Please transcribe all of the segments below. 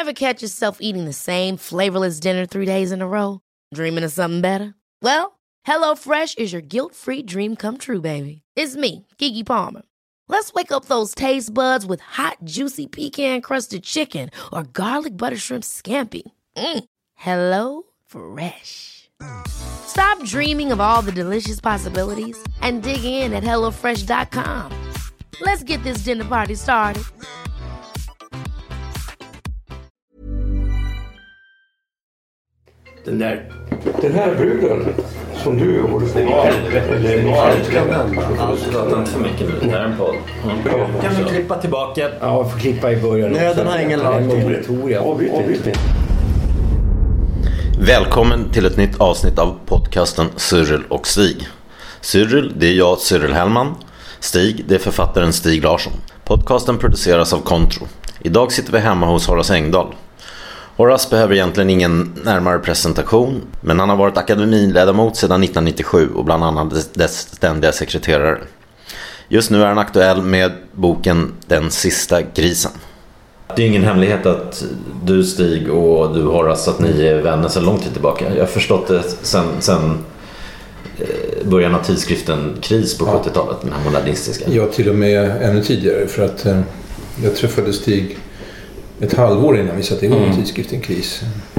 Ever catch yourself eating the same flavorless dinner 3 days in a row? Dreaming of something better? Well, HelloFresh is your guilt-free dream come true, baby. It's me, Keke Palmer. Let's wake up those taste buds with hot, juicy pecan-crusted chicken or garlic butter shrimp scampi. Hello Fresh. Stop dreaming of all the delicious possibilities and dig in at HelloFresh.com. Let's get this dinner party started. Den här bruden som du håller på inte för mycket nu. Det här är en podd. Kan vi klippa tillbaka? Ja, får klippa i början. Nej, den har ingen lag. Välkommen till ett nytt avsnitt av podcasten Cyril och Stig. Cyril, det är jag, Cyril Hellman. Stig, det är författaren Stig Larsson. Podcasten produceras av Contro. Idag sitter vi hemma hos Horace Engdahl. Horace behöver egentligen ingen närmare presentation, men han har varit akademiledamot sedan 1997 och bland annat dess ständiga sekreterare. Just nu är han aktuell med boken Den sista grisen. Det är ingen hemlighet att du, Stig, och du, Horace, att ni är vänner sedan lång tid tillbaka. Jag har förstått det sen början av tidskriften Kris på 70-talet, den här modernistiska. Ja, till och med ännu tidigare, för att jag träffade Stig ett halvår innan vi satte igång tidskriften Kris.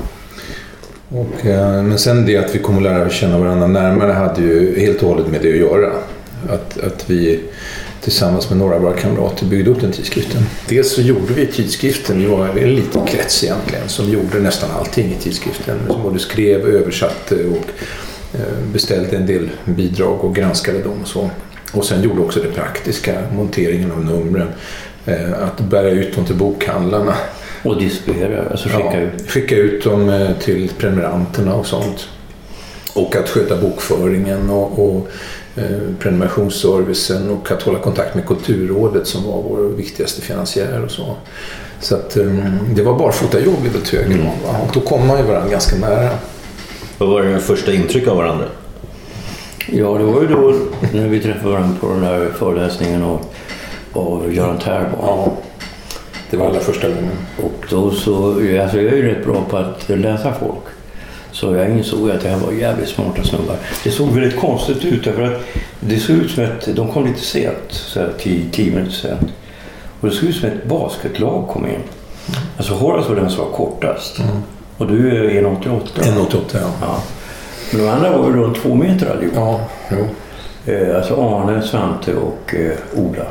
Men sen det att vi kom att lära känna varandra närmare hade ju helt och hållet med det att göra. Att vi tillsammans med några av våra kamrater byggde upp den tidskriften. Dels så gjorde vi tidskriften, vi var en liten krets egentligen som gjorde nästan allting i tidskriften. Som både skrev, översatte och beställde en del bidrag och granskade dem och så. Och sen gjorde också det praktiska, monteringen av numren. Att bära ut dem till bokhandlarna. Och distribuera, alltså skicka ut dem till prenumeranterna och sånt. Och att sköta bokföringen och prenumerationsservicen och att hålla kontakt med Kulturrådet som var vår viktigaste finansiär och så. Så att det var bara fotajobb i det högre. Och då kom man ju varandra ganska nära. Vad var det första intryck av varandra? Ja, det var ju då när vi träffade varandra på den där föreläsningen och Göran Terborn. Ja, det var allra första gången. Och då så, alltså jag är ju rätt bra på att läsa folk. Så jag insåg att det här var jävligt smarta snubbar. Det såg väldigt konstigt ut därför att det såg ut som att de kom lite sent, så här 10 minuter sent. Och det såg ut som att ett basketlag kom in. Alltså Horace var den som var kortast. Och du är 1,88. 1,88, ja. Men de andra var ju runt 2 meter allihop. Ja, jo. Alltså Arne, Svante och Ola.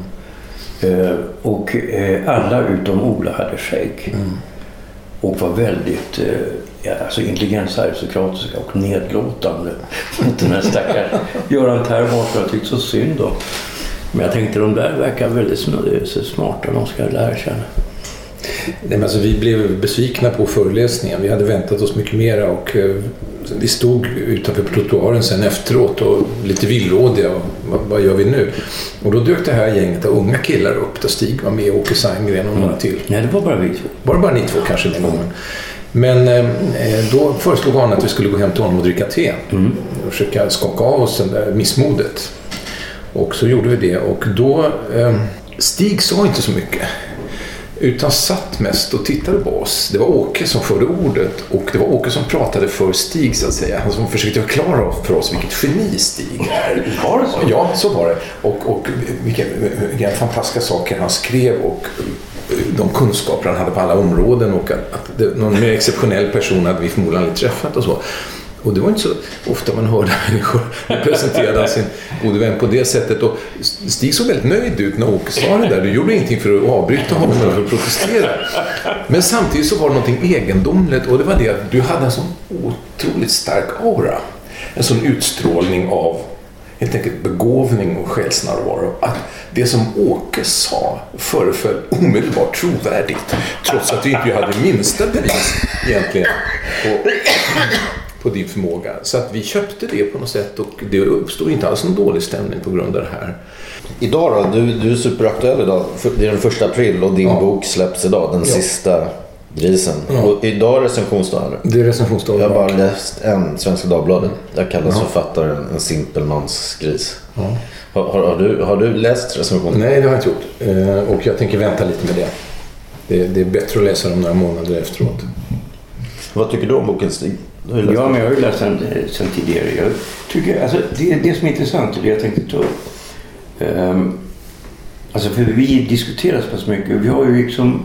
Och alla utom Ola hade skägg. Och var väldigt alltså intelligensaristokratiska och nedlåtande. Den här stackars Göran Terborn, jag tyckte så synd då. Men jag tänkte de där verkar väldigt smarta, de ska lära känna. Nej, men alltså, vi blev besvikna på föreläsningen. Vi hade väntat oss mycket mera och vi stod utanför trottoaren sen efteråt och lite villrådiga. Vad gör vi nu? Och då dök det här gänget av unga killar upp där Stig var med, Åke Sandgren och några till. Nej, det var bara vi två. Bara ni två kanske den gången. Men då föreslog han att vi skulle gå hem till honom och dricka te. Och försöka skaka av oss den där missmodet. Och så gjorde vi det. Och då, Stig sa inte så mycket. Utan satt mest och tittade på oss. Det var Åke som förde ordet. Och det var Åke som pratade för Stig, så att säga. Han som försökte förklara för oss vilket geni Stig är. Var det så? Ja, så var det. Och vilka fantastiska saker han skrev och de kunskaper han hade på alla områden. Och att någon mer exceptionell person hade vi förmodligen aldrig träffat och så. Och det var inte så ofta man hörde människor presentera sin gode vän på det sättet. Och Stig såg väldigt nöjd ut när Åke sa det där. Du gjorde ingenting för att avbryta honom eller för att protestera. Men samtidigt så var det någonting egendomligt. Och det var det att du hade en sån otroligt stark aura. En sån utstrålning av helt enkelt begåvning och själsnärvaro. Att det som Åke sa föreföll omedelbart trovärdigt. Trots att du inte hade minsta bevis egentligen på din förmåga. Så att vi köpte det på något sätt och det uppstod inte alls någon dålig stämning på grund av det här. Idag då, du är superaktuell idag. Det är den 1 april och din bok släpps idag, den sista grisen. Och idag är recensionsdagen. Det är recensionsdagen. Jag har bara läst en Svenska Dagbladet. Där kallas författaren en simpelmansgris. Har du läst recensionen? Nej, det har jag inte gjort. Och jag tänker vänta lite med det. Det är bättre att läsa dem några månader efteråt. Vad tycker du om boken, Stig? Ja, men jag har ju läst den sen tidigare. Jag tycker, alltså, det som är intressant, det jag tänkte ta upp. Alltså, för vi diskuterar så pass mycket. Vi har ju liksom...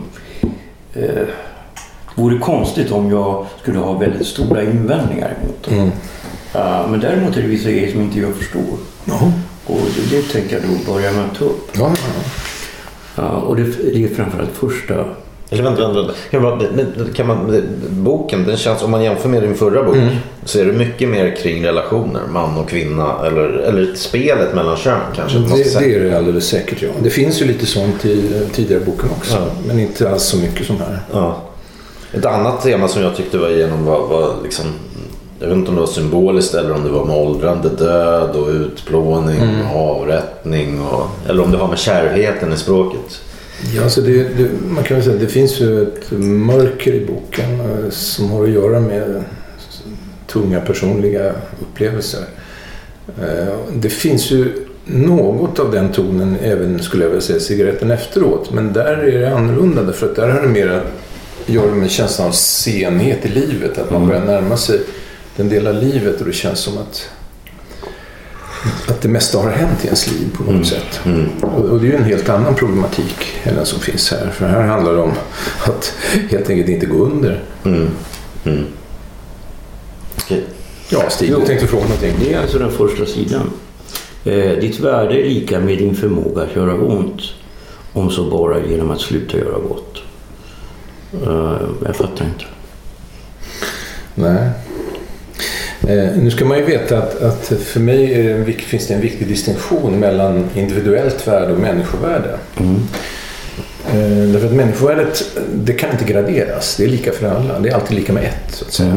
vore konstigt om jag skulle ha väldigt stora invändningar emot det. Men däremot är det vissa grejer som inte jag förstår. Och det tänker jag då börjar man ta upp. Och det är framförallt första... Eller vänta. Boken, den känns, om man jämför med din förra bok, så är det mycket mer kring relationer, man och kvinna, eller spelet mellan kön kanske. Det är det alldeles säkert, ja. Det finns ju lite sånt i tidigare boken också, men inte alls så mycket som här. Ja. Ett annat tema som jag tyckte var igenom var liksom, jag vet inte om det var symboliskt eller om det var med åldrande död och utplåning, avrättning, eller om det har med kärvheten i språket. Ja, alltså man kan väl säga att det finns ju ett mörker i boken som har att göra med tunga personliga upplevelser. Det finns ju något av den tonen även, skulle jag vilja säga, cigaretten efteråt, men där är det annorlunda, för att där har det mer att göra med känslan av senhet i livet, att man börjar närma sig den del av livet och det känns som att det mesta har hänt i ens liv på något sätt. Och det är ju en helt annan problematik än den som finns här. För här handlar det om att helt enkelt inte gå under. Okay. Ja, Stig, du tänkte fråga någonting. Det är alltså den första sidan. Ditt värde är lika med din förmåga att göra ont, om så bara genom att sluta göra gott. Jag fattar inte. Nej. Nu ska man ju veta att för mig finns det en viktig distinktion mellan individuellt värde och människovärde. Därför att människovärdet, det kan inte graderas. Det är lika för alla. Det är alltid lika med ett, så att säga.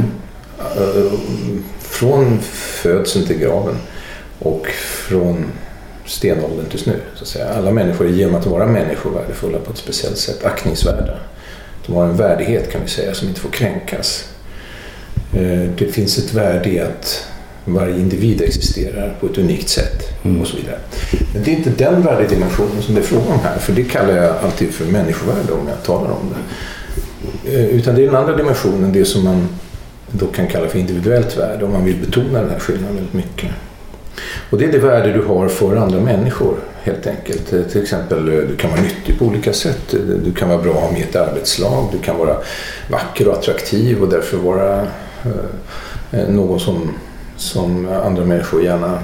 Från födseln till graven och från stenåldern till nu, så att säga. Alla människor är genom att vara människovärdefulla på ett speciellt sätt, aktningsvärda. De har en värdighet, kan vi säga, som inte får kränkas. Det finns ett värde i att varje individ existerar på ett unikt sätt och så vidare. Men det är inte den värdedimensionen som det är frågan om här, för det kallar jag alltid för människovärde om jag talar om det. Utan det är den andra dimensionen, det som man då kan kalla för individuellt värde, om man vill betona den här skillnaden väldigt mycket. Och det är det värde du har för andra människor, helt enkelt. Till exempel, du kan vara nyttig på olika sätt. Du kan vara bra att ha med ett arbetslag. Du kan vara vacker och attraktiv och därför vara någon som andra människor gärna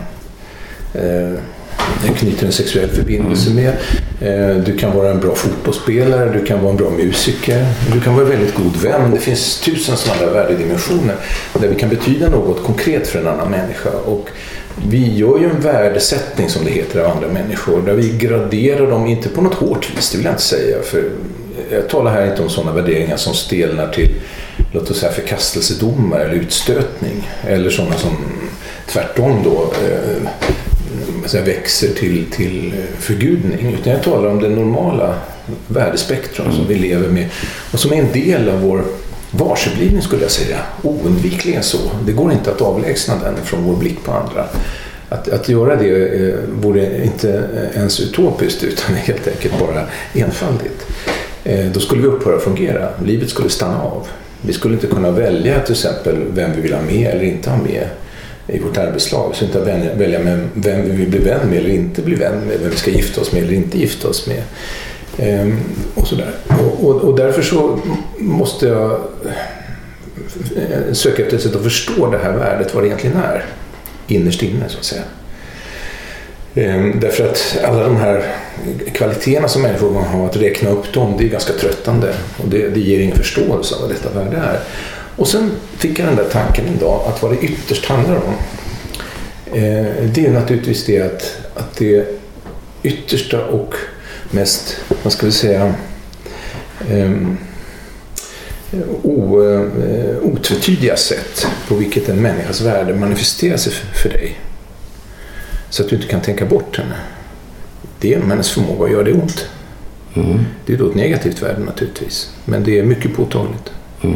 knyter en sexuell förbindelse med. Du kan vara en bra fotbollsspelare, du kan vara en bra musiker, du kan vara en väldigt god vän. Det finns 1000 sådana värdedimensioner där vi kan betyda något konkret för en annan människa. Och vi gör ju en värdesättning, som det heter, av andra människor, där vi graderar dem, inte på något hårt vis, det vill jag inte säga, för jag talar här inte om sådana värderingar som stelnar till, låt oss säga, förkastelsedomar eller utstötning, eller sådana som tvärtom då växer till förgudning, utan jag talar om det normala värdespektrum som vi lever med och som är en del av vår varseblivning, skulle jag säga, oundvikligen så. Det går inte att avlägsna den från vår blick på andra. Att göra det vore inte ens utopiskt, utan helt enkelt bara enfaldigt. Då skulle vi upphöra att fungera. Livet skulle stanna av. Vi skulle inte kunna välja till exempel vem vi vill ha med eller inte ha med i vårt arbetslag. Så inte välja med vem vi vill bli vän med eller inte bli vän med, vem vi ska gifta oss med eller inte gifta oss med. Och sådär. Och därför så måste jag söka efter ett sätt att förstå det här värdet, vad det egentligen är innerst inne, så att säga. Därför att alla de här kvaliteterna som människor har, att räkna upp dem, det är ganska tröttande och det ger ingen förståelse av vad detta värde är. Och sen fick jag den där tanken en dag att vad det ytterst handlar om, det är naturligtvis det att det yttersta och mest, vad ska vi säga, otvetydiga sätt på vilket en människas värde manifesterar sig för dig, så att du inte kan tänka bort henne, det är genom hennes förmåga att göra det ont. Det är då ett negativt värde naturligtvis, men det är mycket påtagligt.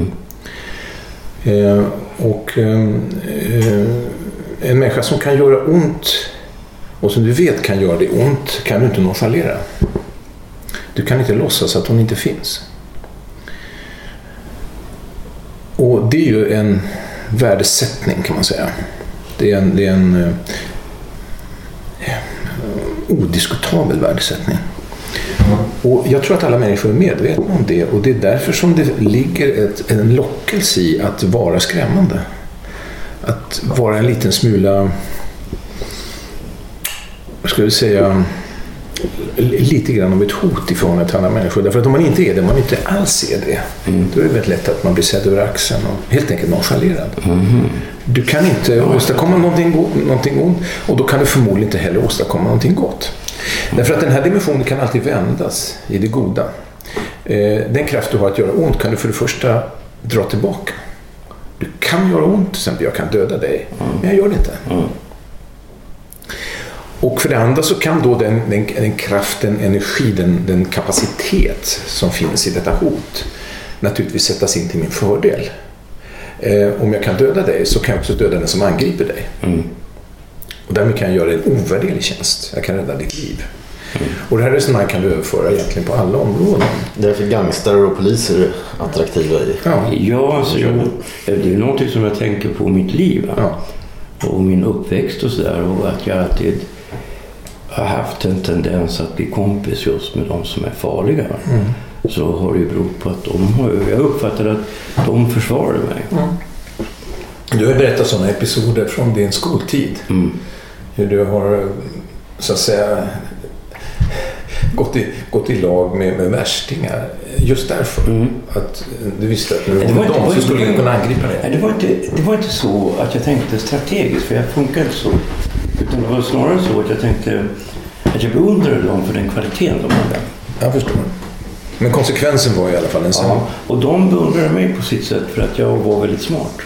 En människa som kan göra ont och som du vet kan göra det ont, kan du inte nonchalera. Du kan inte låtsas att hon inte finns. Och det är ju en värdesättning kan man säga. Det är en odiskutabel värdesättning. Och jag tror att alla människor är medvetna om det, och det är därför som det ligger en lockelse i att vara skrämmande. Att vara en liten smula, vad ska vi säga, lite grann av ett hot i förhållande till andra människor. Därför att om man inte är det, om man inte alls ser det, då är det väldigt lätt att man blir sedd över axeln och helt enkelt nonchalerad. Du kan inte åstadkomma någonting ont, och då kan du förmodligen inte heller åstadkomma någonting gott. Därför att den här dimensionen kan alltid vändas i det goda. Den kraft du har att göra ont kan du för det första dra tillbaka. Du kan göra ont, till exempel jag kan döda dig, men jag gör det inte. Och för det andra så kan då den kraften, energi, den kapacitet som finns i detta hot naturligtvis sättas in till min fördel. Om jag kan döda dig så kan jag också döda den som angriper dig. Och därmed kan jag göra en ovärderlig tjänst. Jag kan rädda ditt liv. Och det här resonemanget kan du överföra egentligen på alla områden. Därför gangstrar och poliser är attraktiva i. Ja, alltså, det är någonting som jag tänker på mitt liv. Ja. Och min uppväxt och sådär. Och att jag alltid har haft en tendens att bli kompis just med de som är farliga. Så har det ju berott på att jag uppfattar att de försvarar mig. Du har berättat sådana episoder från din skoltid. Hur du har, så att säga, gått i lag med värstingar. Just därför att du visste att nu var de så skulle du kunna angripa dig. Det var inte så att jag tänkte strategiskt, för jag funkar inte så. Utan det var snarare så att jag tänkte att jag beundrade dem för den kvaliteten de hade. Jag förstår. Men konsekvensen var i alla fall en sån. Ja, och de beundrade mig på sitt sätt för att jag var väldigt smart.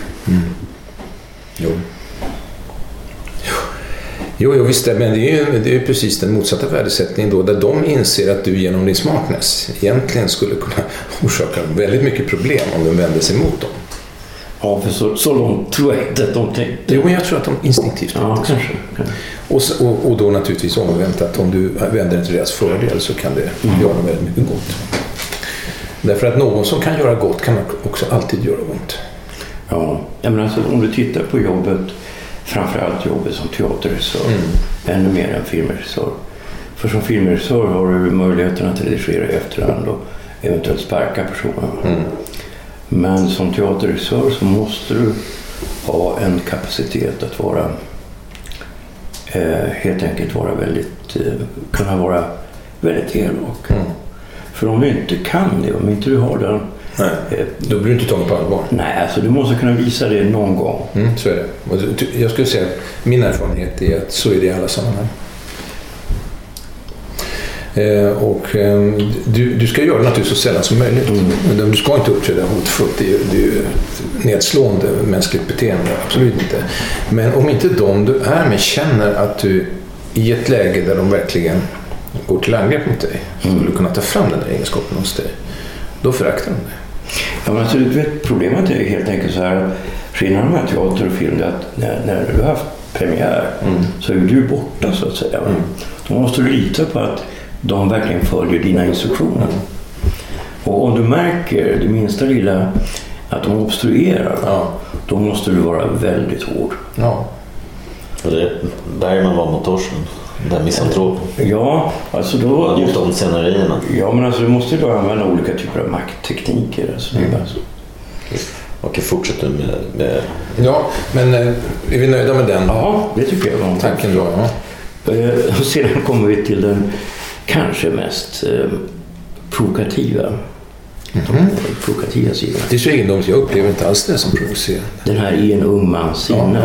Jo, visst det, men det är precis den motsatta värdesättningen då, där de inser att du genom din smartness egentligen skulle kunna orsaka väldigt mycket problem om de vänder sig mot dem. Ja, för så långt tror jag inte att de tänkte. Jo, men jag tror att de instinktivt tänkte. Kanske. Och då naturligtvis omvänt att om du vänder dig till deras fördel så kan det göra väldigt mycket gott. Därför att någon som kan göra gott kan också alltid göra ont. Ja, men alltså om du tittar på jobbet, framförallt jobbet som teaterregissör, ännu mer än filmregissör. För som filmregissör har du möjligheten att redigera i efterhand och eventuellt sparka personen. Men som teaterregissör så måste du ha en kapacitet att vara helt enkelt vara kunna vara väldigt elak. För om du inte kan det, om inte du har den, då blir du inte tagen på allvar. Nej, alltså du måste kunna visa det någon gång. Så är det. Och jag skulle säga att min erfarenhet är att så är det i alla sammanhang. Du ska göra det naturligtvis så sällan som möjligt. Du ska inte uppträda hotfullt. Det är ju ett nedslående mänskligt beteende, absolut inte. Men om inte de du är med känner att du i ett läge där de verkligen går till angrepp mot dig, skulle kunna ta fram den där egenskapen hos dig, då föraktar de dig. Ja, men alltså, problemet är helt enkelt så här, skillnaden med teater och film är att när du har haft premiär så är du borta så att säga. Då måste du lita på att de verkligen följer dina instruktioner. Och om du märker det minsta lilla att de obstruerar, då måste du vara väldigt hård. Och det Bergman var mot Torsten, den misantropen. Ja, alltså då... Just de scenarierna. Ja, men alltså du måste då använda olika typer av makttekniker. Alltså, Okej, fortsätt du med... Ja, men är vi nöjda med den? Ja, det tycker jag var tanken då. Och sedan kommer vi till den kanske mest provokativa. Provokativa sidan. Det är så egendomligt, jag upplever inte alls det som provocerar. Den här i en ung mans sinne.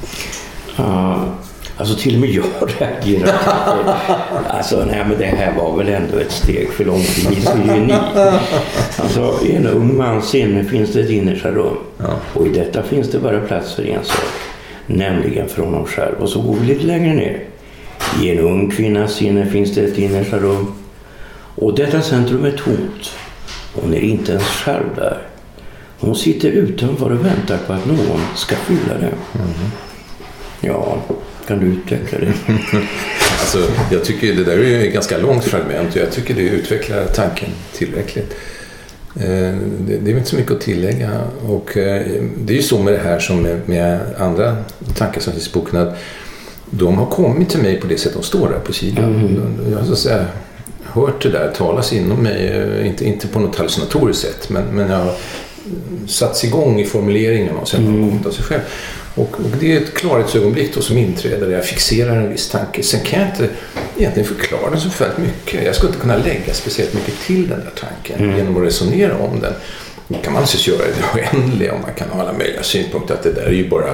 Alltså till och med jag reagerar. Alltså nej, men det här var väl ändå ett steg för långt i misogyni. Alltså i en ung mans sinne finns det ett innersta rum. Och i detta finns det bara plats för en sak. Nämligen för honom själv. Och så går vi lite längre ner. I en ung kvinnas sinne finns det ett innersta rum. Och detta centrum är tomt. Hon är inte ens själv där. Hon sitter utanför och väntar på att någon ska fylla det. Ja, kan du utveckla det? Alltså, jag tycker det där är ett ganska långt fragment och jag tycker det utvecklar tanken tillräckligt. Det är inte så mycket att tillägga. Och det är ju så med det här som med andra tankar som finns i boken, att de har kommit till mig på det sätt de står där på sidan. Jag har så att säga hört det där talas inom mig, inte på något hallucinatoriskt sätt, men jag har satts igång i formuleringen och sen har de kommit av sig själv. Och det är ett klarhetsögonblick då som inträder där jag fixerar en viss tanke. Sen kan jag inte egentligen förklara den så väldigt mycket. Jag skulle inte kunna lägga speciellt mycket till den där tanken genom att resonera om den. Då kan man alltså göra det oändliga, och man kan ha alla möjliga synpunkter att det där är ju bara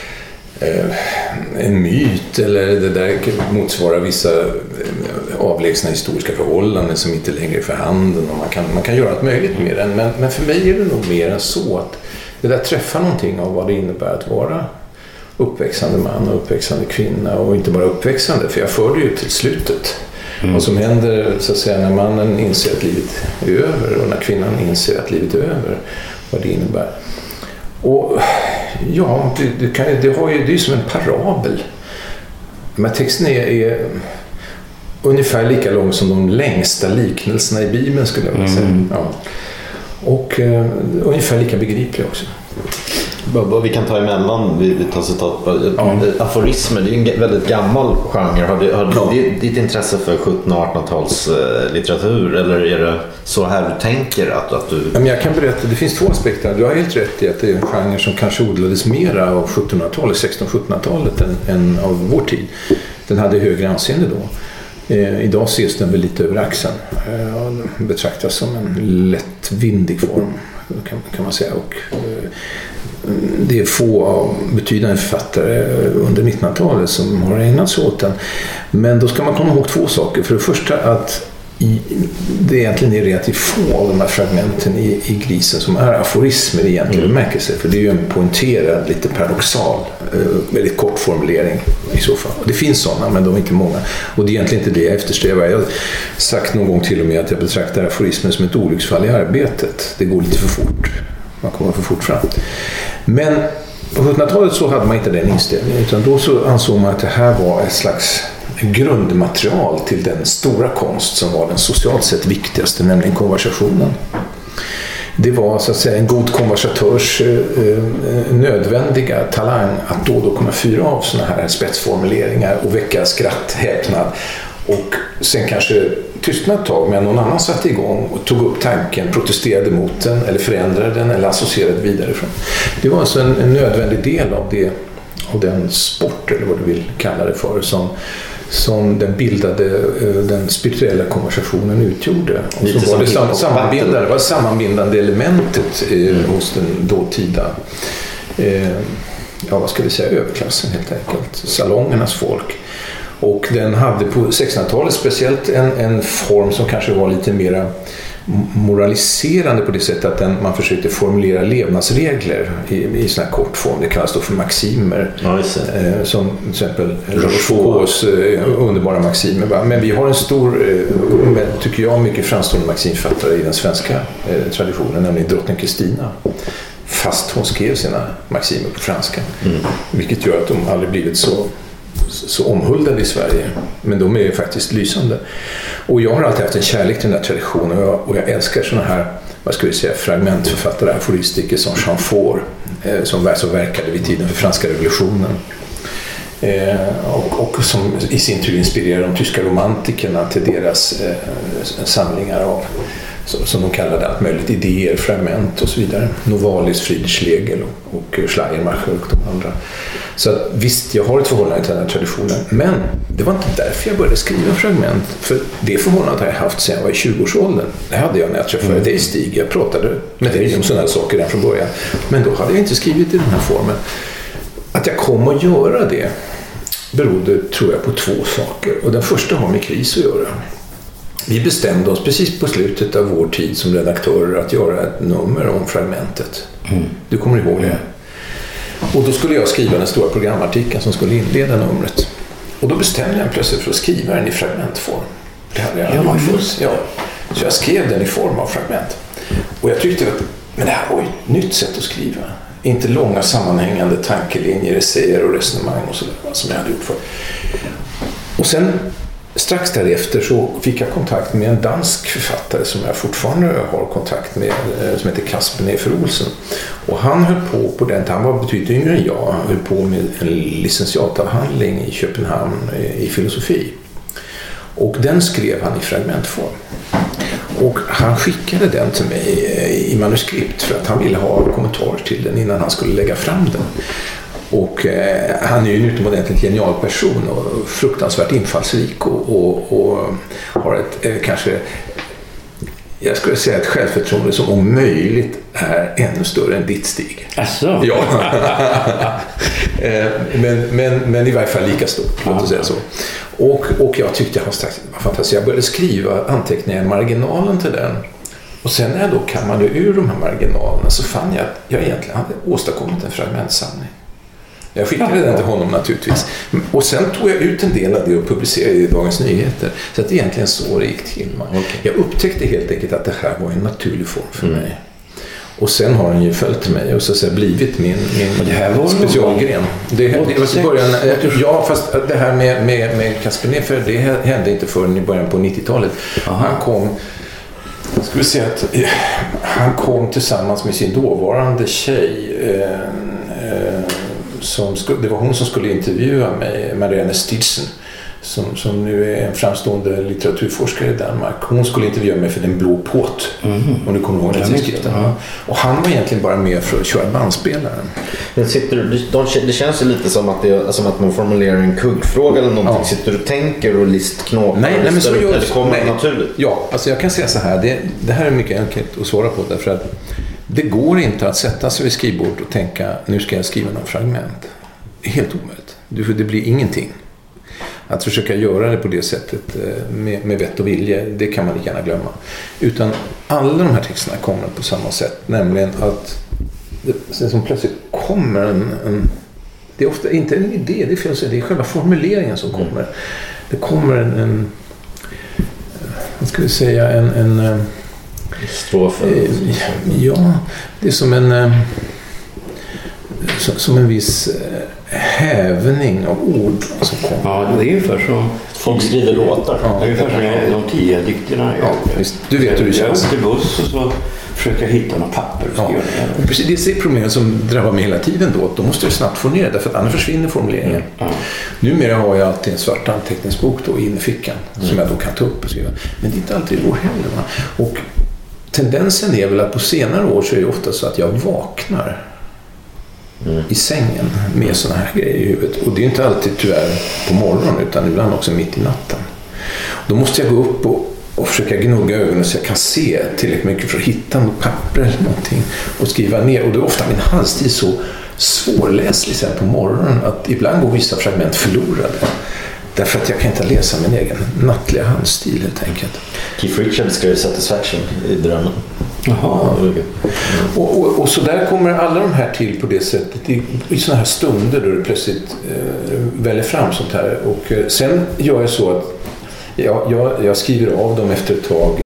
en myt, eller det där motsvarar vissa avlägsna historiska förhållanden som inte längre är för handen, och man kan göra allt möjligt med den, men för mig är det nog mer än så att det där träffar någonting av vad det innebär att vara uppväxande man och uppväxande kvinna, och inte bara uppväxande, för jag för det ju till slutet. Vad som händer så att säga när mannen inser att livet är över och när kvinnan inser att livet är över, vad det innebär. Och ja, det är ju som en parabel. Men texten är ungefär lika lång som de längsta liknelserna i Bibeln, skulle jag vilja säga. Ja. Och ungefär lika begriplig också. Vi kan ta emellan, vi tar citat. Aforismer, det är ju en väldigt gammal genre. Har ditt intresse för 1700- och 1800-tals litteratur, eller är det så här du tänker att du... Men jag kan berätta, det finns två aspekter. Du har helt rätt i att det är en genre som kanske odlades mera av 1700-talet, 1600-1700-talet än av vår tid. Den hade högre anseende då. Idag ses den väl lite över axeln. Betraktas som en lättvindig form, kan man säga. Och det är få betydande författare under 1900-talet som har ägnat sig åt den. Men då ska man komma ihåg två saker. För det första att det egentligen är relativt få av de här fragmenten i Grisen som är aforismer i egentlig bemärkelse. För det är ju en pointerad, lite paradoxal, väldigt kort formulering i så fall. Det finns sådana, men de är inte många. Och det är egentligen inte det jag eftersträvar. Jag har sagt någon gång till och med att jag betraktar aforismen som ett olycksfall i arbetet. Det går lite för fort. Man kommer för fort fram. Men på 1700-talet så hade man inte den inställningen, utan då så ansåg man att det här var ett slags grundmaterial till den stora konst som var den socialt sett viktigaste, nämligen konversationen. Det var så att säga en god konversatörs nödvändiga talang att då kunna fyra av såna här spetsformuleringar och väcka skratt, häpnad, och sen kanske tystna ett tag, men någon annan satte igång och tog upp tanken, protesterade mot den eller förändrade den eller associerade vidare från. Det var alltså en nödvändig del av den sport, eller vad du vill kalla det för, som den spirituella konversationen utgjorde. Och så var det sammanbindande elementet hos den dåtida vad ska vi säga, överklassen helt enkelt, salongernas folk. Och den hade på 1600-talet speciellt en form som kanske var lite mer moraliserande på det sättet att man försökte formulera levnadsregler i sån här kort form. Det kallas då för maximer. Som till exempel Rochefoucaults underbara maximer. Men vi har en stor, tycker jag, mycket framstående maximfattare i den svenska traditionen, nämligen drottning Kristina. Fast hon skrev sina maximer på franska. Vilket gör att de aldrig blivit så omhuldade i Sverige, men de är ju faktiskt lysande. Och jag har alltid haft en kärlek till den här traditionen, och jag älskar såna här, vad ska vi säga, fragmentförfattare, aforistiker som Jean Faure, som verkade vid tiden för franska revolutionen, och som i sin tur inspirerade de tyska romantikerna till deras samlingar av, som de kallade allt möjligt, idéer, fragment och så vidare. Novalis, Friedrich Schlegel och Schleiermacher och de andra. Så att, visst, jag har ett förhållande till den här traditionen, men det var inte därför jag började skriva fragment. För det förhållandet har jag haft sedan jag var i 20-årsåldern. Det hade jag när jag träffade dig, Stig. Jag pratade med dig om sådana här saker redan från början. Men då hade jag inte skrivit i den här formen. Att jag kom att göra det berodde, tror jag, på två saker. Och den första har med kris att göra. Vi bestämde oss precis på slutet av vår tid som redaktörer att göra ett nummer om fragmentet. Du kommer ihåg det? Och då skulle jag skriva den stora programartikeln som skulle inleda numret. Och då bestämde jag plötsligt för att skriva den i fragmentform. Det hade jag aldrig fått. Ja. Så jag skrev den i form av fragment. Och jag tyckte att men det här var ett nytt sätt att skriva. Inte långa sammanhängande tankelinjer, essäer och resonemang och sådär som jag hade gjort för. Och sen strax därefter så fick jag kontakt med en dansk författare som jag fortfarande har kontakt med, som heter Kasper Nefer Olsen. Och han höll på den tiden, han var betydligt yngre än jag, han höll på med en licentiatavhandling i Köpenhamn i filosofi. Och den skrev han i fragmentform. Och han skickade den till mig i manuskript för att han ville ha kommentarer till den innan han skulle lägga fram den. Och han är ju en utomordentligt genial person och fruktansvärt infallsrik och har ett kanske, jag skulle säga ett självförtroende som om möjligt är ännu större än ditt, Stig. Asså? Ja. men i varje fall lika stort, låt oss säga så. Och jag tyckte det var fantastiskt. Jag började skriva anteckningar i marginalen till den. Och sen när jag då kammade ur de här marginalerna så fann jag att jag egentligen hade åstadkommit en fragmentsamling. Jag skickade den till honom naturligtvis. Och sen tog jag ut en del av det och publicerade i Dagens Nyheter. Så att det egentligen så det gick till. Okay. Jag upptäckte helt enkelt att det här var en naturlig form för mig. Och sen har den ju följt till mig och så blivit min det här var specialgren. Det var i början, ja, fast det här med Kasper Nefer, det hände inte förrän i början på 90-talet. Han kom tillsammans med sin dåvarande tjej det var hon som skulle intervjua mig, Marianne Stidsen, som nu är en framstående litteraturforskare i Danmark. Hon skulle intervjua mig för Den blå påt. Och nu kommer ihåg den tidskriften. Och han var egentligen bara med för att köra bandspelaren. Men det känns ju lite som att det är som att man formulerar en kuggfråga eller någonting. Ja. Sitter du och tänker och listknåpar? Nej, men så gör det kommer naturligt. Ja, alltså jag kan säga så här. Det här är mycket enkelt att svara på därför att det går inte att sätta sig vid skrivbordet och tänka nu ska jag skriva någon fragment. Det är helt omöjligt. Det blir ingenting. Att försöka göra det på det sättet med vett och vilja, det kan man lika gärna glömma. Utan alla de här texterna kommer på samma sätt. Nämligen att det som plötsligt kommer det är ofta inte en idé, det är själva formuleringen som kommer. Det kommer en vad ska vi säga, en strofen. Ja, det är som en viss hävning av ord som kommer. Ja, det är ungefär som folk skriver låtar. Ja, det är ungefär som de 10 dikterna. Ja, visst. Du vet hur det känns. Jag åkte buss och så försöker jag hitta något papper. Ja. Och precis, det är problemet som drabbar mig hela tiden då måste jag snabbt få ner det, därför att annars försvinner formuleringen. Ja. Numera har jag alltid en svart anteckningsbok då i innerfickan som jag då kan ta upp och skriva. Men det är inte alltid det går heller. Va? Och tendensen är väl att på senare år så är det ofta så att jag vaknar i sängen med såna här grejer i huvudet. Och det är inte alltid tyvärr på morgonen utan ibland också mitt i natten. Då måste jag gå upp och försöka gnugga ögonen så jag kan se tillräckligt mycket för att hitta något papper eller någonting och skriva ner. Och då är ofta min handstil så svårläslig sen på morgonen att ibland går vissa fragment förlorade. Därför att jag kan inte läsa min egen nattliga handstil helt enkelt. Keith Richards skrev Satisfaction i Drömmen. Jaha. Och så där kommer alla de här till på det sättet i såna här stunder då det plötsligt väller fram sånt här. Och sen gör jag så att jag skriver av dem efter ett tag.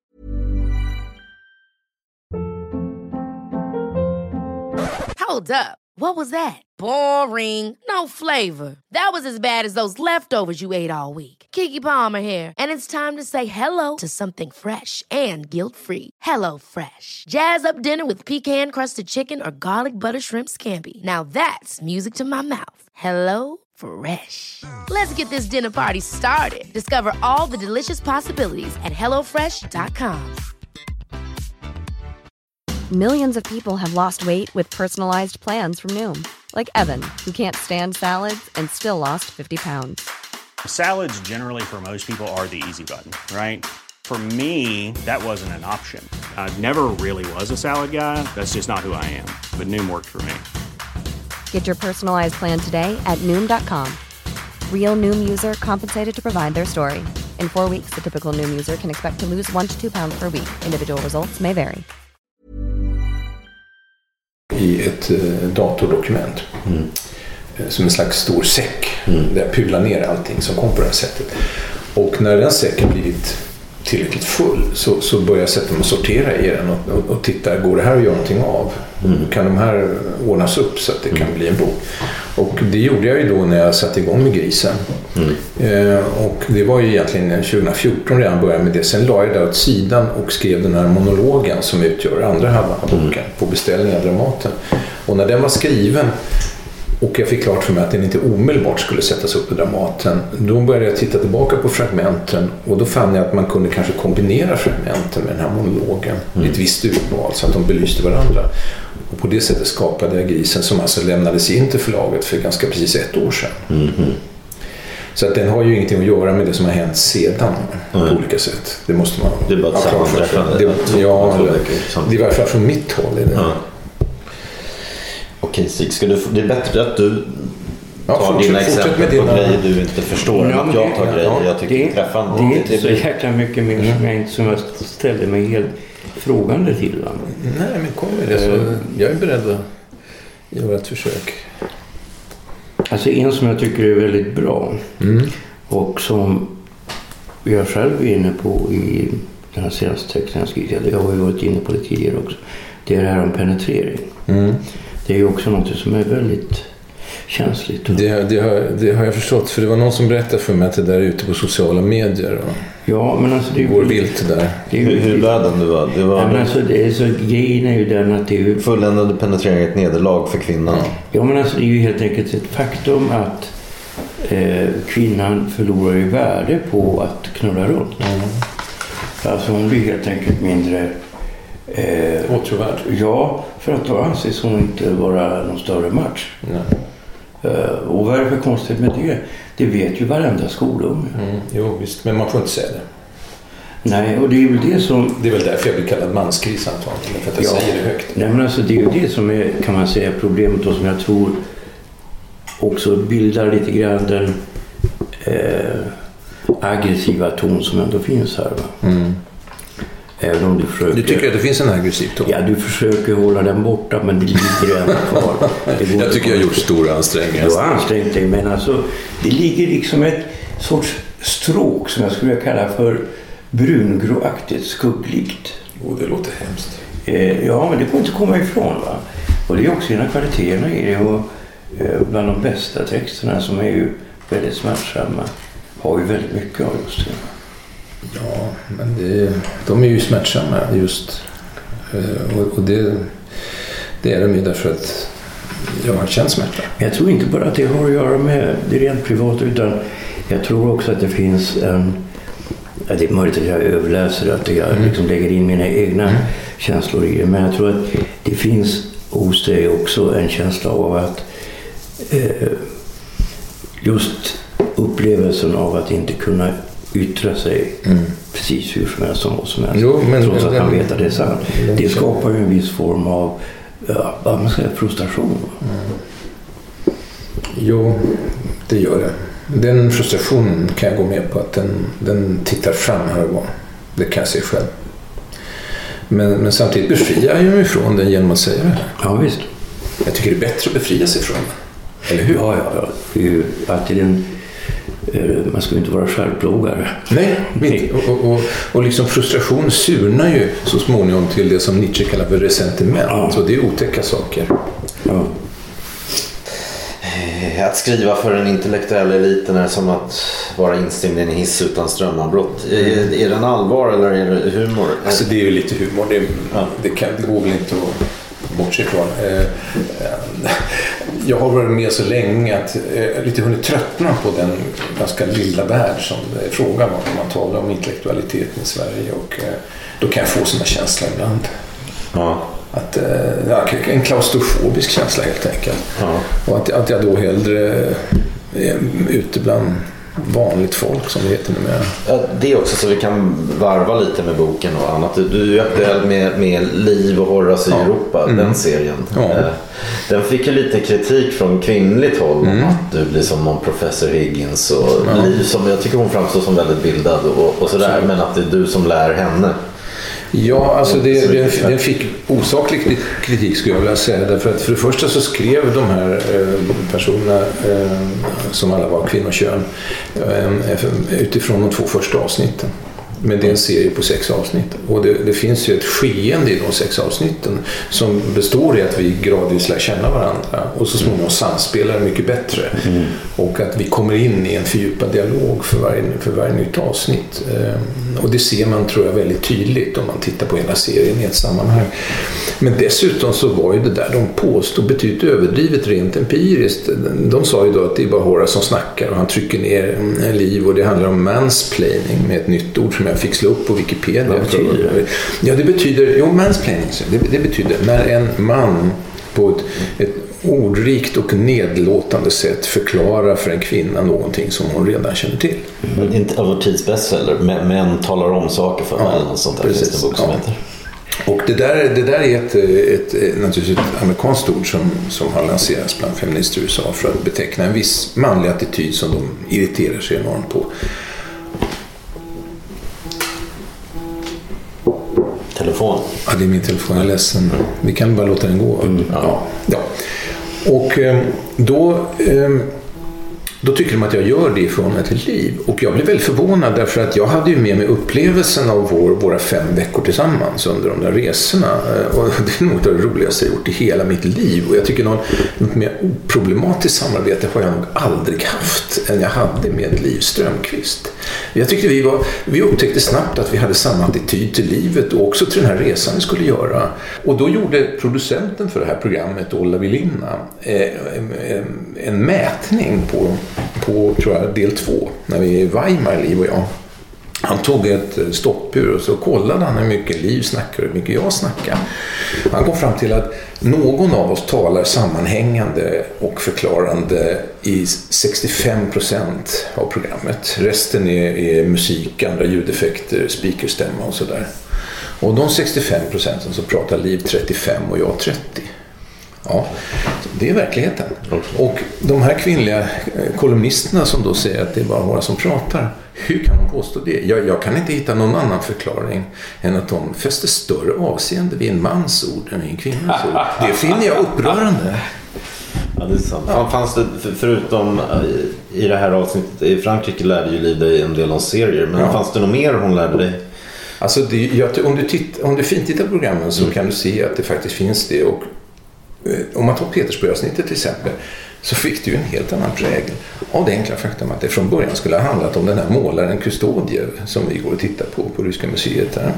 Hold up. What was that? Boring. No flavor. That was as bad as those leftovers you ate all week. Keke Palmer here, and it's time to say hello to something fresh and guilt-free. Hello Fresh. Jazz up dinner with pecan-crusted chicken or garlic butter shrimp scampi. Now that's music to my mouth. Hello Fresh. Let's get this dinner party started. Discover all the delicious possibilities at HelloFresh.com. Millions of people have lost weight with personalized plans from Noom. Like Evan, who can't stand salads and still lost 50 pounds. Salads generally for most people are the easy button, right? For me, that wasn't an option. I never really was a salad guy. That's just not who I am. But Noom worked for me. Get your personalized plan today at Noom.com. Real Noom user compensated to provide their story. In 4 weeks, the typical Noom user can expect to lose 1 to 2 pounds per week. Individual results may vary. I ett datordokument som en slags stor säck där jag pular ner allting som kom på det här sättet. Och när den säcken blivit tillräckligt full så började jag sätta mig och sortera i den och titta, går det här att göra någonting av? Kan de här ordnas upp så att det kan bli en bok? Och det gjorde jag ju då när jag satte igång med Grisen. Och det var ju egentligen 2014 redan började med det. Sen la jag det åt sidan och skrev den här monologen som utgör andra halvan av boken på beställning av Dramaten. Och när den var skriven och jag fick klart för mig att den inte omedelbart skulle sättas upp på Dramaten, då började jag titta tillbaka på fragmenten och då fann jag att man kunde kanske kombinera fragmenten med den här monologen i ett visst urval så att de belyste varandra. Och på det sättet skapade jag Grisen som alltså lämnades in till förlaget för ganska precis 1 år sedan. Så att den har ju ingenting att göra med det som har hänt sedan på olika sätt. Det måste man det är bara ha klart för sig. Det är i varje fall från mitt håll. I det. Okej, Stig, det är bättre att du tar dina exempel på grejer du inte förstår än att jag tar grejer jag tycker är träffande. Det är inte så jäkla mycket mer som jag ställer mig helt frågande till. Va? Nej, men kom med det. Så jag är beredd att göra ett försök. Alltså en som jag tycker är väldigt bra och som jag själv är inne på i den här senaste texten jag skrivit. Jag har ju varit inne på det tidigare också. Det är det här om penetrering. Det är ju också något som är väldigt känsligt. Det har jag förstått, för det var någon som berättade för mig att det där är ute på sociala medier. Och ja, men alltså det går vilt där. Hur världen du var? Ja, men alltså grejen är ju den att det är ju fulländade penetrering ett nederlag för kvinnan. Ja, men alltså det är ju helt enkelt ett faktum att kvinnan förlorar i värde på att knulla runt. Alltså hon blir helt enkelt mindre åtråvärd. Ja, för att då anses hon inte vara någon större match. Och vad är det för konstigt med det? Det vet ju varenda skolunge. Jo, visst. Men man får inte säga det. Nej, och det är väl det som... Det är väl därför jag blir kallad manskris antagligen. För att jag säger det högt. Nej, men alltså det är ju det som är, kan man säga, problemet då, som jag tror också bildar lite grann den aggressiva ton som ändå finns här. Va? Även om du försöker... Du tycker att det finns en aggressiv ton? Ja, du försöker hålla den borta, men det ligger ändå kvar. Jag tycker jag har gjort stora ansträngningar. Du har ansträngt dig, men alltså det ligger liksom ett sorts stråk som jag skulle kalla för brungråaktigt, skuggligt. Det låter hemskt. Ja, men det går inte att komma ifrån, va? Och det är också en av kvaliteterna i det, och bland de bästa texterna som är ju väldigt smärtsamma har ju väldigt mycket av just det. Ja, men de är ju smärtsamma just. Och det är de ju därför att jag har känt smärta. Jag tror inte bara att det har att göra med det rent privat, utan jag tror också att det finns en... Ja, det är möjligt att jag överläser, att jag liksom lägger in mina egna känslor i det. Men jag tror att det finns hos dig också en känsla av att just upplevelsen av att inte kunna yttra sig precis hur som helst som vad som helst. Jo, men trots att man vet att det är sant. Det skapar ju en viss form av man säger, frustration. Jo, det gör det. Den frustrationen kan jag gå med på, att den tittar fram här och var. Det kan jag se själv. Men samtidigt befriar jag mig ifrån den genom att säga det. Ja, visst. Jag tycker det är bättre att befria sig från den. Eller hur? Ja. Det är ju alltid man ska ju inte vara självplågare. Nej. Och liksom frustration surnar ju så småningom till det som Nietzsche kallar för resentiment. Ja. Så det är otäcka saker. Ja. Att skriva för den intellektuella eliten är som att vara instängd i en hiss utan strömavbrott. Är den allvar eller är det humor? Alltså det är ju lite humor. Det går väl inte att bortse ifrån. Jag har varit med så länge att jag lite hunnit tröttna på den ganska lilla värld som det är frågan om man talar om intellektualiteten i Sverige, och då kan jag få såna känslor ibland. Ja. Att, en klaustrofobisk känsla helt enkelt. Ja. Och att jag då hellre är ute bland vanligt folk, som det heter numera. Ja, det är också så vi kan varva lite med boken och annat. Du är ju aktuell med Liv och Horace i Europa, den serien. Ja. Den fick ju lite kritik från kvinnligt håll om att du blir som någon professor Higgins och Liv, som jag tycker hon framstår som väldigt bildad och sådär, men att det är du som lär henne. Ja, alltså den fick osaklig kritik, skulle jag vilja säga. Därför att för det första så skrev de här personerna, som alla var kvinnokön, utifrån de 2 första avsnitten. Men det är en serie på 6 avsnitt. Och det finns ju ett skeende i de 6 avsnitten som består i att vi gradvis lär känna varandra och så småningom samspelar mycket bättre. Och att vi kommer in i en fördjupad dialog för varje nytt avsnitt. Och det ser man, tror jag, väldigt tydligt om man tittar på hela serien i ett sammanhang. Men dessutom så var ju det där de påstod betydligt överdrivet rent empiriskt. De sa ju då att det är bara Horace som snackar och han trycker ner Liv, och det handlar om mansplaining med ett nytt ord som jag fick slå upp på Wikipedia. Vad betyder det? Ja, det betyder, mansplaining, det betyder när en man på ett ordrikt och nedlåtande sätt förklarar för en kvinna någonting som hon redan känner till. Men inte över tidsbestseller, män talar om saker för mig eller något sånt där. Precis. Finns det en bok som heter. Och det där är naturligtvis ett amerikanskt ord som har lanserats bland feminister i USA för att beteckna en viss manlig attityd som de irriterar sig enormt på. Telefon. Ja, det är min telefon, jag är ledsen. Vi kan bara låta den gå. Ja. Och då tycker de att jag gör det från ett liv. Och jag blev väldigt förvånad därför att jag hade ju med mig upplevelsen av våra 5 veckor tillsammans under de där resorna. Och det är nog det roligaste jag gjort i hela mitt liv. Och jag tycker något mer oproblematiskt samarbete har jag nog aldrig haft än jag hade med Liv Strömquist. Jag tyckte vi upptäckte snabbt att vi hade samma attityd till livet och också till den här resan vi skulle göra. Och då gjorde producenten för det här programmet, Ola Villinna, en mätning på tror jag del 2 när vi är i Weimar, Liv och jag. Han tog ett stoppur och så kollade han hur mycket Liv snackar och hur mycket jag snackar. Han kom fram till att någon av oss talar sammanhängande och förklarande i 65% av programmet. Resten är musik, andra ljudeffekter, speakerstämma och sådär. Och de 65% så pratar Liv 35 och jag 30. Ja, det är verkligheten. Och de här kvinnliga kolumnisterna som då säger att det är bara Horace som pratar, hur kan de påstå det? Jag kan inte hitta någon annan förklaring än att de fäster större avseende vid en mans ord än vid en kvinnas ord. Det finner jag upprörande. Ja, det är sant. Fanns det, förutom i det här avsnittet, i Frankrike lärde ju Liv dig en del om serier, men fanns det något mer hon lärde dig? Alltså om du fintittar på programmen så kan du se att det faktiskt finns det. Och om man tar Petersburg-avsnittet till exempel, så fick det ju en helt annan prägel av det enkla faktum att det från början skulle ha handlat om den här målaren Kustodiev som vi går och tittar på Ryska museet här.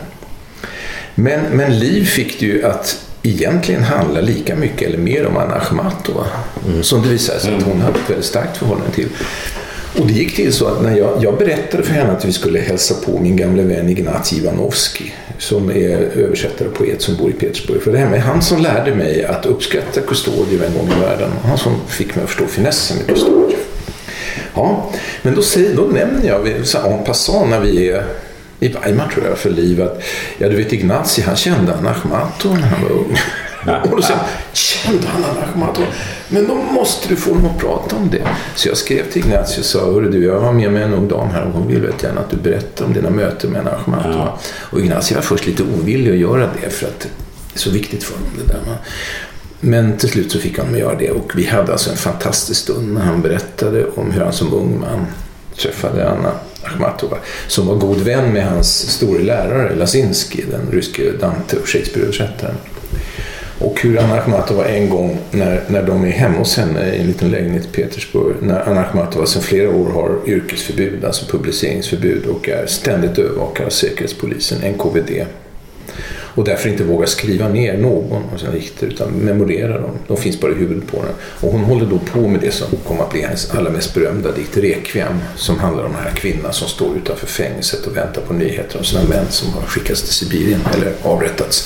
Men Liv fick det ju att egentligen handla lika mycket eller mer om Anna Akhmatova, som det visade sig att hon hade ett väldigt starkt förhållande till. Och det gick till så att när jag berättade för henne att vi skulle hälsa på min gamla vän Ignaz Ivanovski, som är översättare och poet som bor i Petersburg. För det här med han som lärde mig att uppskatta Kustodiev en gång i världen. Han som fick mig att förstå finessen med Kustodiev. Ja, men då nämner jag en passant när vi är i Weimar, tror jag, för Liv att du vet, Ignazi, han kände Anna Akhmatova när han var ung. Och då sa jag, kände han Anna Akhmatova? Men då måste du få honom att prata om det. Så jag skrev till Ignazi och sa, hörru du, jag var med en ung dam här och hon vill gärna att du berättar om dina möten med Anna Akhmatova. Och Ignazi var först lite ovillig att göra det för att det är så viktigt för honom det där. Men till slut så fick han göra det och vi hade alltså en fantastisk stund när han berättade om hur han som ung man träffade Anna Akhmatova, som var god vän med hans store lärare Lasinski, den ryske Dante och Shakespeare-översättaren. Och hur Anna Akhmatova en gång när de är hemma hos henne i en liten lägenhet i Petersburg, när Anna Akhmatova sedan flera år har yrkesförbud, alltså publiceringsförbud, och är ständigt övervakad av säkerhetspolisen, NKVD, och därför inte vågar skriva ner någon av sina dikter utan memorera dem. De finns bara i huvudet på den. Och hon håller då på med det som kommer att bli hennes allra mest berömda dikt, Requiem, som handlar om den här kvinnan som står utanför fängelset och väntar på nyheter om sina män som har skickats till Sibirien eller avrättats.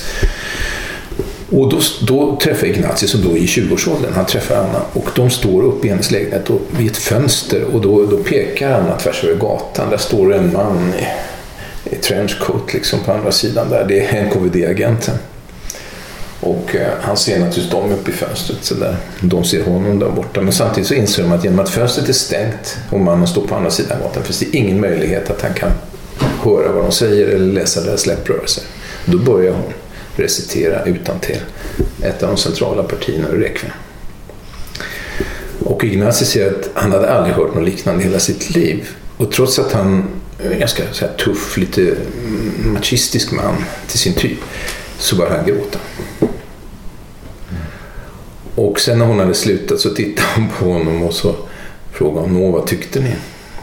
Och då träffar Ignazi, som då är i 20-årsåldern, han träffar Anna och de står upp i hennes lägenhet och vid ett fönster och då pekar Anna tvärs över gatan. Där står en man i trenchcoat liksom på andra sidan där. Det är NKVD-agenten. Och han ser naturligtvis dem upp i fönstret så där. De ser honom där borta. Men samtidigt så inser de att genom att fönstret är stängt och mannen står på andra sidan gatan finns det ingen möjlighet att han kan höra vad de säger eller läsa deras läpprörelser. Då börjar hon recitera utantill ett av de centrala partierna i Requiem. Och Ignazi säger att han hade aldrig hört något liknande i hela sitt liv. Och trots att han ganska så här tuff, lite machistisk man till sin typ, så började han gråta. Och sen när hon hade slutat så tittade han på honom och så frågade han, vad tyckte ni?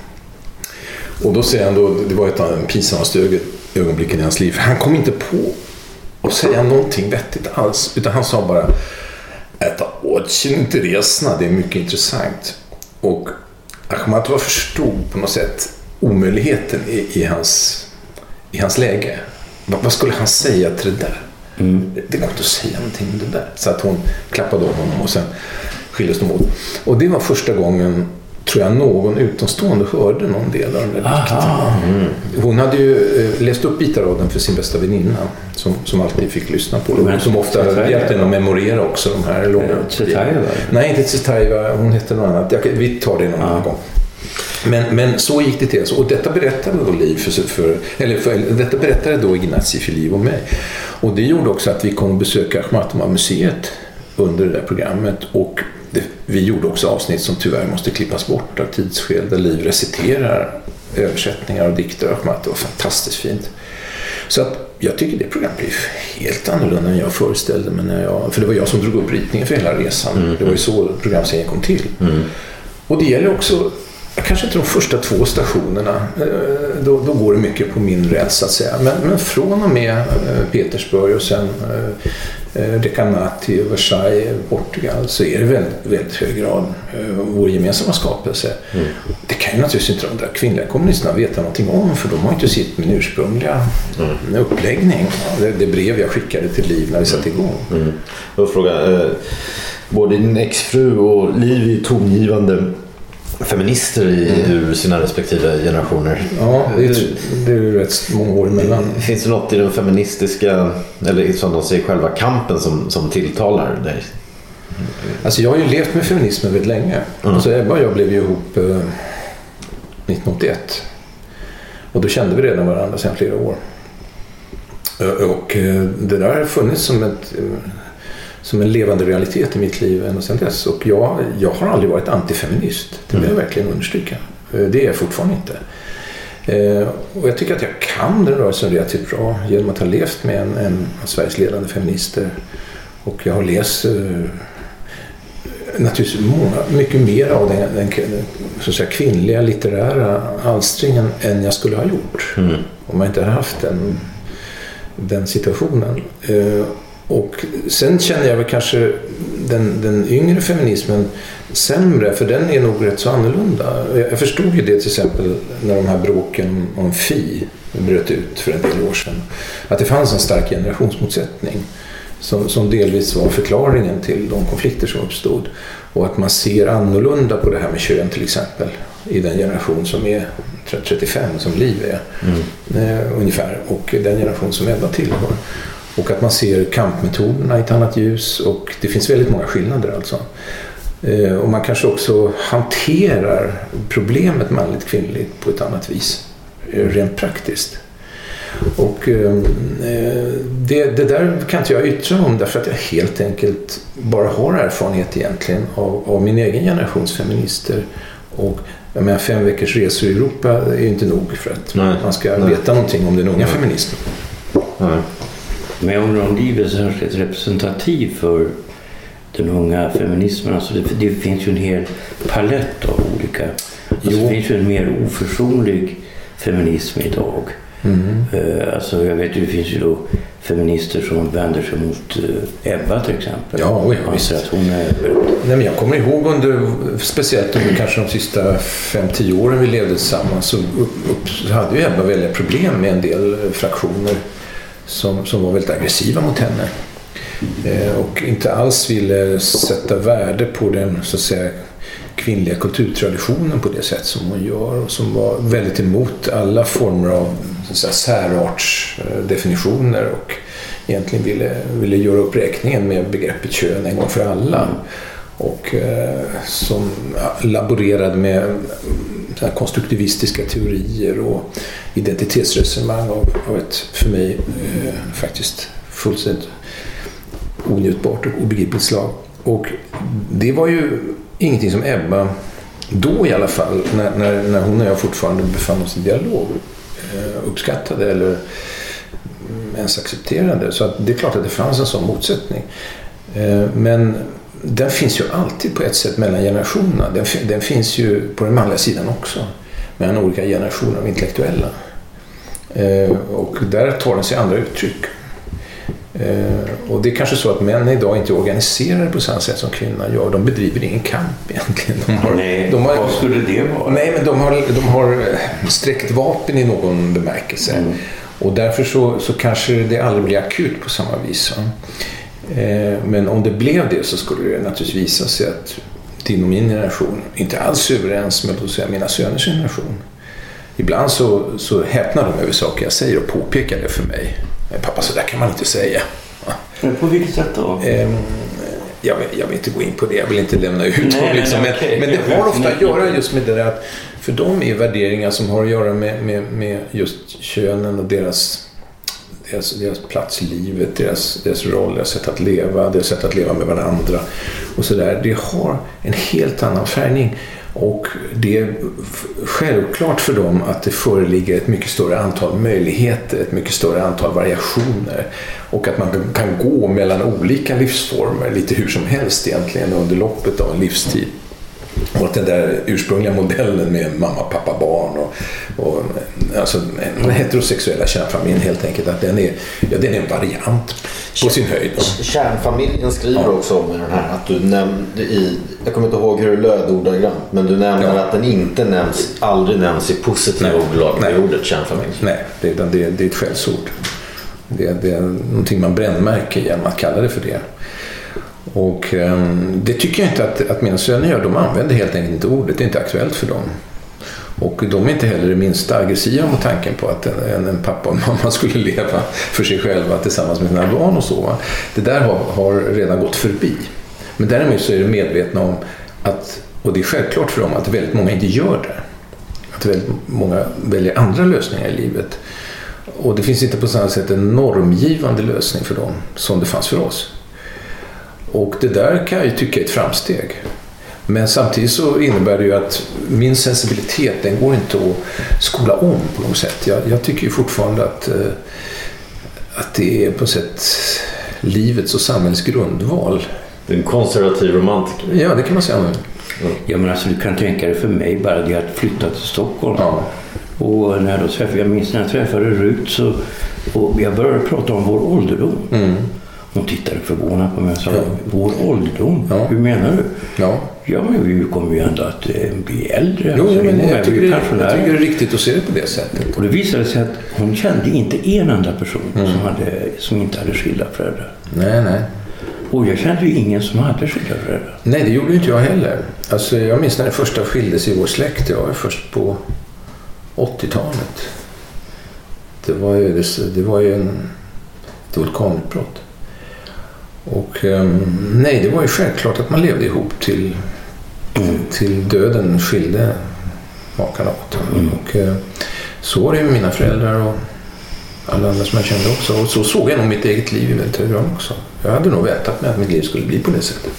Och då säger han då, det var ett av de pinsammaste ögonblicken i hans liv. Han kom inte på att säga någonting vettigt alls, utan han sa bara, äta åtsin inte resna, det är mycket intressant. Och Akhmatova förstod på något sätt omöjligheten i hans läge. Vad skulle han säga till det där? Det går inte att säga någonting om det där. Så att hon klappade om honom och sen skildes de åt. Och det var första gången, tror jag, någon utomstående hörde någon del av den där dikten. Hon hade ju läst upp bitar av den för sin bästa väninna som alltid fick lyssna på det. Som ofta hjälpte henne att memorera också de här långa... Tsvetaeva? Nej, inte Tsvetaeva. Hon hette något annat. Vi tar det någon annan gång. Men så gick det till. Och detta berättade då Liv detta berättade då Ignacy för Liv och mig. Och det gjorde också att vi kom och besöka Akhmatova-museet under det där programmet. Och vi gjorde också avsnitt som tyvärr måste klippas bort av tidsskäl, där Liv reciterar översättningar av dikter av Akhmatova. Fantastiskt fint. Så att jag tycker det programmet blev helt annorlunda än jag föreställde mig för det var jag som drog upp ritningen för hela resan. Det var ju så programserien kom till. Och det gäller också, kanske inte de första 2 stationerna, då går det mycket på min rätt så att säga. Men från och med Petersburg och sen Recanati, Versailles, Portugal, så är det väldigt, väldigt hög grad vår gemensamma skapelse. Det kan ju naturligtvis inte de där kvinnliga kommunisterna veta någonting om, för de har inte sitt min ursprungliga uppläggning. Det brev jag skickade till Liv när vi satte igång. Då frågar både din exfru och Liv är tongivande feminister ur sina respektive generationer. Ja, det är ju rätt många år emellan. Finns det något i den feministiska, eller som de säger själva, kampen som tilltalar dig? Alltså jag har ju levt med feminismen väldigt länge. Alltså Ebba och jag blev ju ihop 1981. Och då kände vi redan varandra sedan flera år. Och det där har funnits som en levande realitet i mitt liv ända sedan dess. Och jag har aldrig varit antifeminist. Det vill jag verkligen understryka. Det är jag fortfarande inte. Och jag tycker att jag kan den rörelsen relativt bra genom att ha levt med en av Sveriges ledande feminister. Och jag har läst naturligtvis mycket mer av den så att säga, kvinnliga litterära alstringen än jag skulle ha gjort. Om jag inte hade haft den situationen. Och sen känner jag väl kanske den yngre feminismen sämre, för den är nog rätt så annorlunda. Jag förstod ju det till exempel när de här bråken om Fi bröt ut för en del år sedan. Att det fanns en stark generationsmotsättning som delvis var förklaringen till de konflikter som uppstod. Och att man ser annorlunda på det här med kön till exempel i den generation som är 35 som Liv är ungefär, och den generation som Ebba tillhör. Och att man ser kampmetoderna i ett annat ljus, och det finns väldigt många skillnader alltså. Och man kanske också hanterar problemet manligt kvinnligt på ett annat vis, rent praktiskt. Och det där kan inte jag yttra om, därför att jag helt enkelt bara har erfarenhet egentligen av min egen generations feminister. Och jag menar, 5 veckors resor i Europa är ju inte nog för att man ska veta någonting om den unga feminismen. Men jag undrar om Liv är särskilt representativ för den unga feminismen. Alltså det finns ju en hel palett av olika. Alltså det finns ju en mer oförsonlig feminism idag. Alltså jag vet ju, det finns ju då feminister som vänder sig mot Ebba till exempel. Ja, visst. Att hon är... Nej, men jag kommer ihåg speciellt under kanske de sista 5-10 åren vi levde tillsammans, så hade ju Ebba väldigt problem med en del fraktioner som var väldigt aggressiva mot henne. Och inte alls ville sätta värde på den så att säga kvinnliga kulturtraditionen på det sätt som hon gör, och som var väldigt emot alla former av så att säga särartsdefinitioner, och egentligen ville göra upp räkningen med begreppet kön en gång för alla, och som laborerade med så här konstruktivistiska teorier och identitetsresonemang av ett för mig faktiskt fullständigt onjutbart och obegripligt slag. Och det var ju ingenting som Ebba då i alla fall, när hon och jag fortfarande befann oss i dialog, uppskattade eller ens accepterade. Så att det är klart att det fanns en sån motsättning. Men den finns ju alltid på ett sätt mellan generationerna. Den finns ju på den manliga sidan också. Mellan olika generationer av intellektuella. Och där tar den sig andra uttryck. Och det är kanske så att män idag inte är organiserade på samma sätt som kvinnor gör. De bedriver ingen kamp egentligen. Vad skulle det vara? Nej, men de har sträckt vapen i någon bemärkelse. Och därför så kanske det aldrig blir akut på samma vis. Men om det blev det så skulle det naturligtvis visa sig att din och min generation inte alls är överens med mina söners generation. Ibland så häpnar de över saker jag säger och påpekar det för mig. Pappa, så där kan man inte säga. Men på vilket sätt då? Jag vill inte gå in på det, jag vill inte lämna ut dem. Liksom. Men det har ofta att göra just med det där att för dem är värderingar som har att göra med just könen och deras plats i livet, deras roll, deras sätt att leva med varandra och sådär. Det har en helt annan färgning. Och det är självklart för dem att det föreligger ett mycket större antal möjligheter, ett mycket större antal variationer och att man kan gå mellan olika livsformer lite hur som helst egentligen under loppet av en livstid. Och att den där ursprungliga modellen med mamma, pappa, barn och alltså den heterosexuella kärnfamiljen helt enkelt, att den är en variant på sin höjd. Kärnfamiljen skriver också om den här att du nämnde jag kommer inte ihåg hur det löd ordagrant, men du nämner att den aldrig nämns i positiva ordalag i ordet kärnfamilj. Nej, det är ett skällsord. Det är någonting man brännmärker genom att kalla det för det. Och det tycker jag inte att mina söner gör. De använder helt enkelt inte ordet. Det är inte aktuellt för dem. Och de är inte heller det minsta aggressiva mot tanken på att en pappa och en mamma skulle leva för sig själva tillsammans med sina barn och så. Det där har redan gått förbi. Men däremot så är de medvetna om att, och det är självklart för dem, att väldigt många inte gör det. Att väldigt många väljer andra lösningar i livet. Och det finns inte på samma sätt en normgivande lösning för dem som det fanns för oss. Och det där kan jag ju tycka är ett framsteg. Men samtidigt så innebär det ju att min sensibilitet, den går inte att skola om på något sätt. Jag tycker ju fortfarande att det är på något sätt livets och samhällets grundval. Det är en konservativ romantiker. Ja, det kan man säga. Ja, men alltså du kan tänka dig för mig bara det att flytta till Stockholm. Ja. Och när jag minns när jag träffade Rut och jag började prata om vår ålderdom. Mm. Hon tittade förvånad på mig och sa, vår ålderdom? Ja. Hur menar du? Ja, men vi kommer ju ändå att bli äldre. Jo, alltså, men jag tycker det är riktigt att se det på det sättet. Och det visade sig att hon kände inte en enda person som inte hade skilda föräldrar. Nej. Och jag kände ju ingen som hade skilda föräldrar. Nej, det gjorde inte jag heller. Alltså, jag minns när det första skildes i vår släkt. Jag var först på 80-talet. Det var ju ett vulkanutbrott. Och nej, det var ju självklart att man levde ihop till döden skilde makarna åt. Och så var det med mina föräldrar och alla andra som jag kände också. Och så såg jag nog mitt eget liv i väldigt hög grad också. Jag hade nog vetat med att mitt liv skulle bli på det sättet.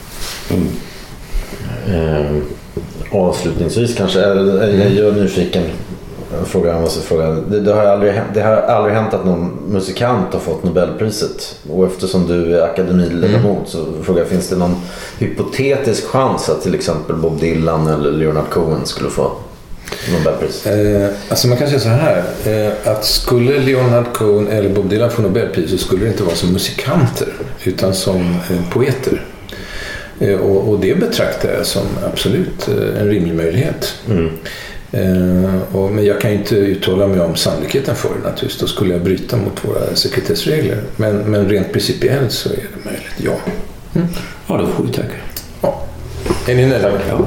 Avslutningsvis kanske, jag är nyfiken. Jag måste fråga. Det har aldrig hänt att någon musikant har fått Nobelpriset. Och eftersom du är akademiledamot så frågar, finns det någon hypotetisk chans att till exempel Bob Dylan eller Leonard Cohen skulle få Nobelpris? Alltså man kan säga så här, att skulle Leonard Cohen eller Bob Dylan få Nobelpris så skulle det inte vara som musikanter utan som poeter. Och det betraktar jag som absolut en rimlig möjlighet. Men jag kan inte uttala mig om sannolikheten för det naturligtvis. Då skulle jag bryta mot våra sekretessregler. Men rent principiellt så är det möjligt, ja. Ja, då får vi tacka. Ja. Är ni nöjda? Ja.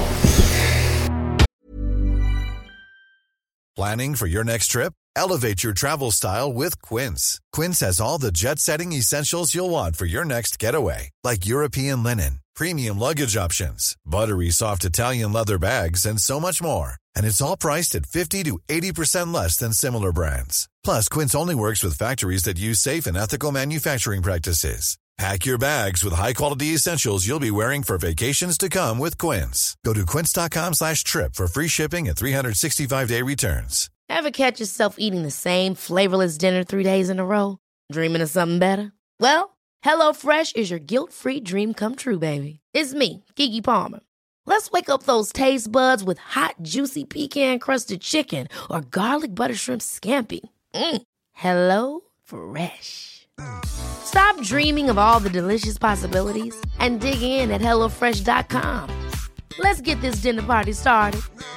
Planning for your next trip? Elevate your travel style with Quince. Quince has all the jet-setting essentials you'll want for your next getaway. Like European linen, premium luggage options, buttery soft Italian leather bags, and so much more. And it's all priced at 50 to 80% less than similar brands. Plus, Quince only works with factories that use safe and ethical manufacturing practices. Pack your bags with high-quality essentials you'll be wearing for vacations to come with Quince. Go to quince.com/trip for free shipping and 365-day returns. Ever catch yourself eating the same flavorless dinner 3 days in a row? Dreaming of something better? Well, HelloFresh is your guilt-free dream come true, baby. It's me, Keke Palmer. Let's wake up those taste buds with hot, juicy pecan-crusted chicken or garlic butter shrimp scampi. Hello Fresh. Stop dreaming of all the delicious possibilities and dig in at HelloFresh.com. Let's get this dinner party started.